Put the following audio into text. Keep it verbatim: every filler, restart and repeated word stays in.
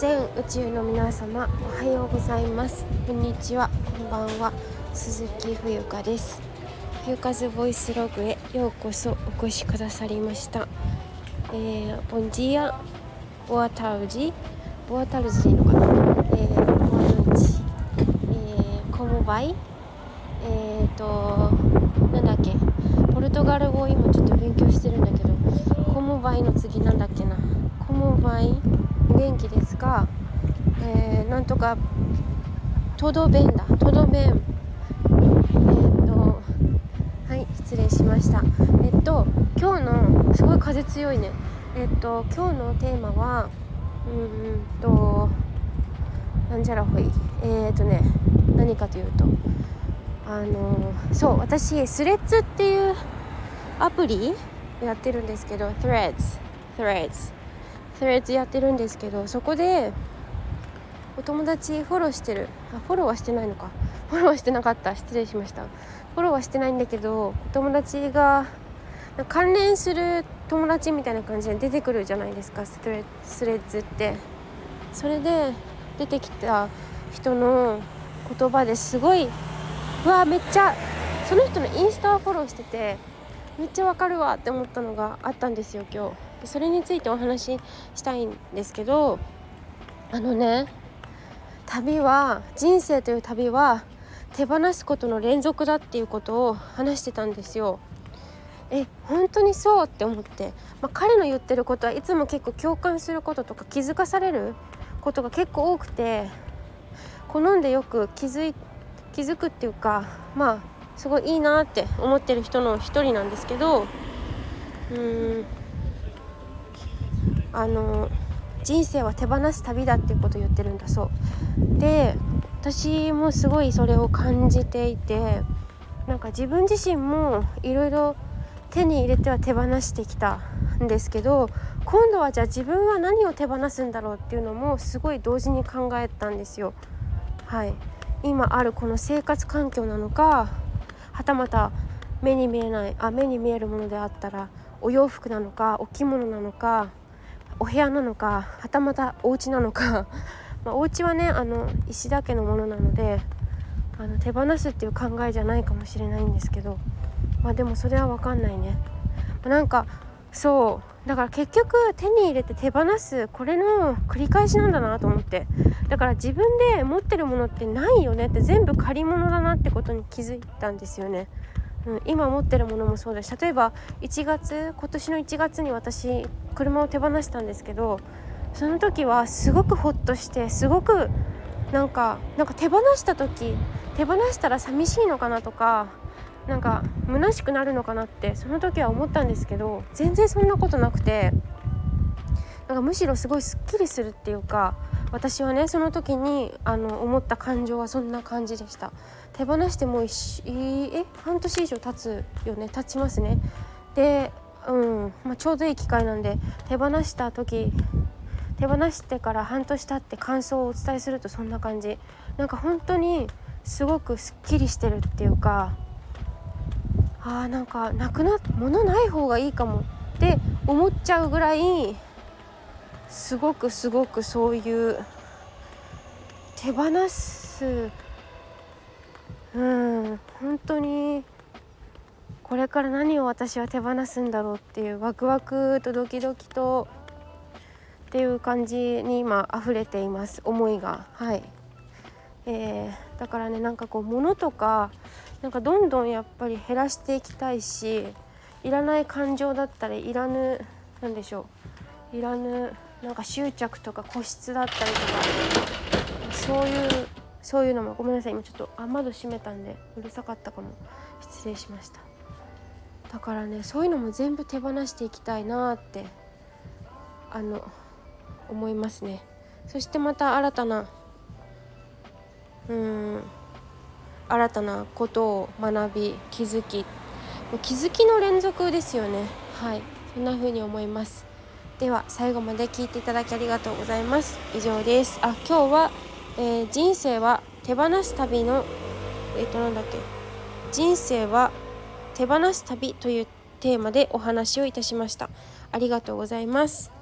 全宇宙の皆様、おはようございます。こんにちは、こんばんは。鈴木冬香です。冬風ボイスログへようこそお越しくださりました。えー、ボンジーアボアタルジボアタルジでいいのかな、えー、ボアヌチ、えー、コモバイえーとなんだっけポルトガル語を今ちょっと勉強してるんだけど、コモバイの次なんだっけなコモバイお元気ですか、えー、なんとかトドベンだトドベンえっ、ー、とはい失礼しました。えっと今日のすごい風強いねえっと今日のテーマはうーんとなんじゃらほいえっ、ー、とね何かというとあのそう私スレッズっていうアプリやってるんですけど Threads Threads Threads やってるんですけど、そこでお友達フォローしてるあフォローはしてないのかフォローはしてなかった失礼しましたフォローはしてないんだけど、お友達が関連する友達みたいな感じで出てくるじゃないですか、スレスレッズって。それで出てきた人の言葉ですごいうわめっちゃその人のインスタをフォローしててめっちゃわかるわって思ったのがあったんですよ今日。でそれについてお話ししたいんですけど、あのね旅は人生という旅は手放すことの連続だっていうことを話してたんですよ。え本当にそうって思って、まあ、彼の言ってることはいつも結構共感することとか気づかされることが結構多くて、好んでよく気づい気づくっていうか、まあすごいいいなって思ってる人の一人なんですけど、うーんあの人生は手放す旅だっていうことを言ってるんだそうで、私もすごいそれを感じていて、なんか自分自身もいろいろ手に入れては手放してきたんですけど、今度はじゃあ自分は何を手放すんだろうっていうのもすごい同時に考えたんですよ。はい、今あるこの生活環境なのか、はたまた目に見えないあ目に見えるものであったらお洋服なのかお着物なのかお部屋なのか、はたまたお家なのかまあお家はねあの石田家のものなのであの手放すっていう考えじゃないかもしれないんですけど、まあでもそれは分かんないね。なんかそうだから結局手に入れて手放すこれの繰り返しなんだなと思って、だから自分で持ってるものってないよねって、全部借り物だなってことに気づいたんですよね。うん、今持ってるものもそうだし、例えばいちがつ今年のいちがつに私車を手放したんですけど、その時はすごくホッとして、すごくなんかなんか手放した時手放したら寂しいのかなとか、なんか虚しくなるのかなってその時は思ったんですけど、全然そんなことなくて、なんかむしろすごいスッキリするっていうか、私はねその時にあの思った感情はそんな感じでした。手放してもう一え半年以上経つよね経ちますね。で、うんまあ、ちょうどいい機会なんで手放した時手放してから半年経って感想をお伝えするとそんな感じ。なんか本当にすごくスッキリしてるっていうか、あーなんかなくな物ない方がいいかもって思っちゃうぐらい、すごくすごくそういう手放すうん本当にこれから何を私は手放すんだろうっていうワクワクとドキドキとっていう感じに今溢れています、思いが。はい、えー、だからねなんかこう物とかなんかどんどんやっぱり減らしていきたいし、いらない感情だったりいらぬなんでしょういらぬなんか執着とか固執だったりとか、そういうそういうのもごめんなさい今ちょっとあ窓閉めたんでうるさかったかも、失礼しました。だからねそういうのも全部手放していきたいなってあの思いますね。そしてまた新たなうーん新たなことを学び気づき気づきの連続ですよね。はいそんな風に思います。では最後まで聞いていただきありがとうございます。以上です。あ今日は、えー、人生は手放す旅のえっ、ー、となんだっけ人生は手放す旅というテーマでお話をいたしました。ありがとうございます。